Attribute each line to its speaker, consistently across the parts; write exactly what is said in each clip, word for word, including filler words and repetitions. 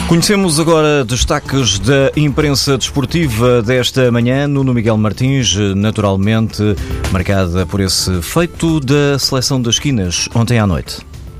Speaker 1: Conhecemos agora destaques da imprensa desportiva desta manhã. Nuno Miguel Martins, naturalmente marcada por esse feito da seleção das esquinas ontem à noite.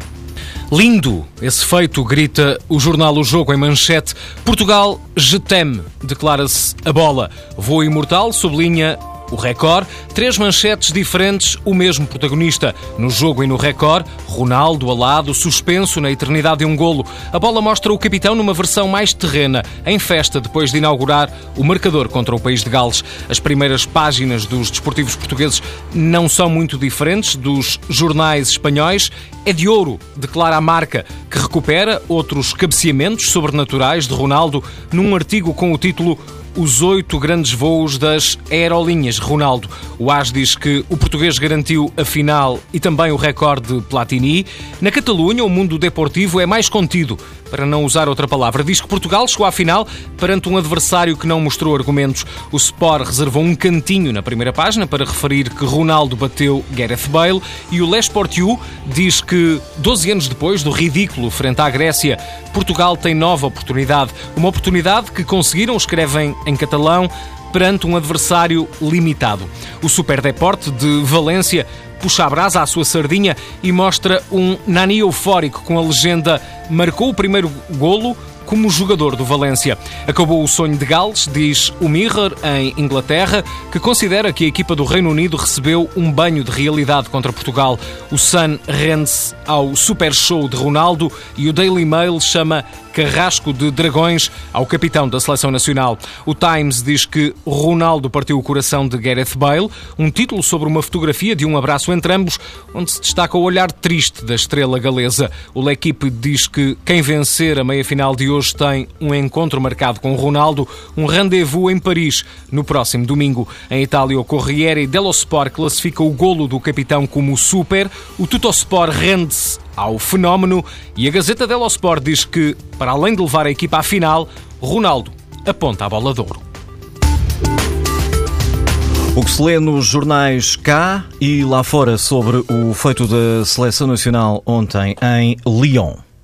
Speaker 2: Lindo esse feito, grita o jornal O Jogo em manchete. Portugal, je t'aime, declara-se a bola. Voo imortal, sublinha o Record. Três manchetes diferentes, o mesmo protagonista. No Jogo e no Record, Ronaldo alado, suspenso na eternidade de um golo. A bola mostra o capitão numa versão mais terrena, em festa depois de inaugurar o marcador contra o país de Gales. As primeiras páginas dos desportivos portugueses não são muito diferentes dos jornais espanhóis. É de ouro, declara a Marca, que recupera outros cabeceamentos sobrenaturais de Ronaldo num artigo com o título Os oito grandes voos das aerolinhas Ronaldo. O AS diz que o português garantiu a final e também o recorde de Platini. Na Catalunha, o mundo deportivo é mais contido, para não usar outra palavra. Diz que Portugal chegou à final perante um adversário que não mostrou argumentos. O Sport reservou um cantinho na primeira página para referir que Ronaldo bateu Gareth Bale e o L'Esportiu diz que, doze anos depois do ridículo frente à Grécia, Portugal tem nova oportunidade. Uma oportunidade que conseguiram, escrevem em catalão, perante um adversário limitado. O Superdeporte de Valência puxa a brasa à sua sardinha e mostra um Nani eufórico com a legenda "Marcou o primeiro golo como jogador do Valência". Acabou o sonho de Gales, diz o Mirror, em Inglaterra, que considera que a equipa do Reino Unido recebeu um banho de realidade contra Portugal. O Sun rende-se ao super show de Ronaldo e o Daily Mail chama Carrasco de Dragões ao capitão da seleção nacional. O Times diz que Ronaldo partiu o coração de Gareth Bale, um título sobre uma fotografia de um abraço entre ambos, onde se destaca o olhar triste da estrela galesa. O L'Équipe diz que quem vencer a meia-final de hoje tem um encontro marcado com Ronaldo, um rendezvous em Paris no próximo domingo. Em Itália, o Corriere dello Sport classifica o golo do capitão como super, o Tuttosport rende-se ao fenómeno e a Gazeta dello Sport diz que, para além de levar a equipa à final, Ronaldo aponta a bola de ouro.
Speaker 1: O que se lê nos jornais cá e lá fora sobre o feito da seleção nacional ontem em Lyon.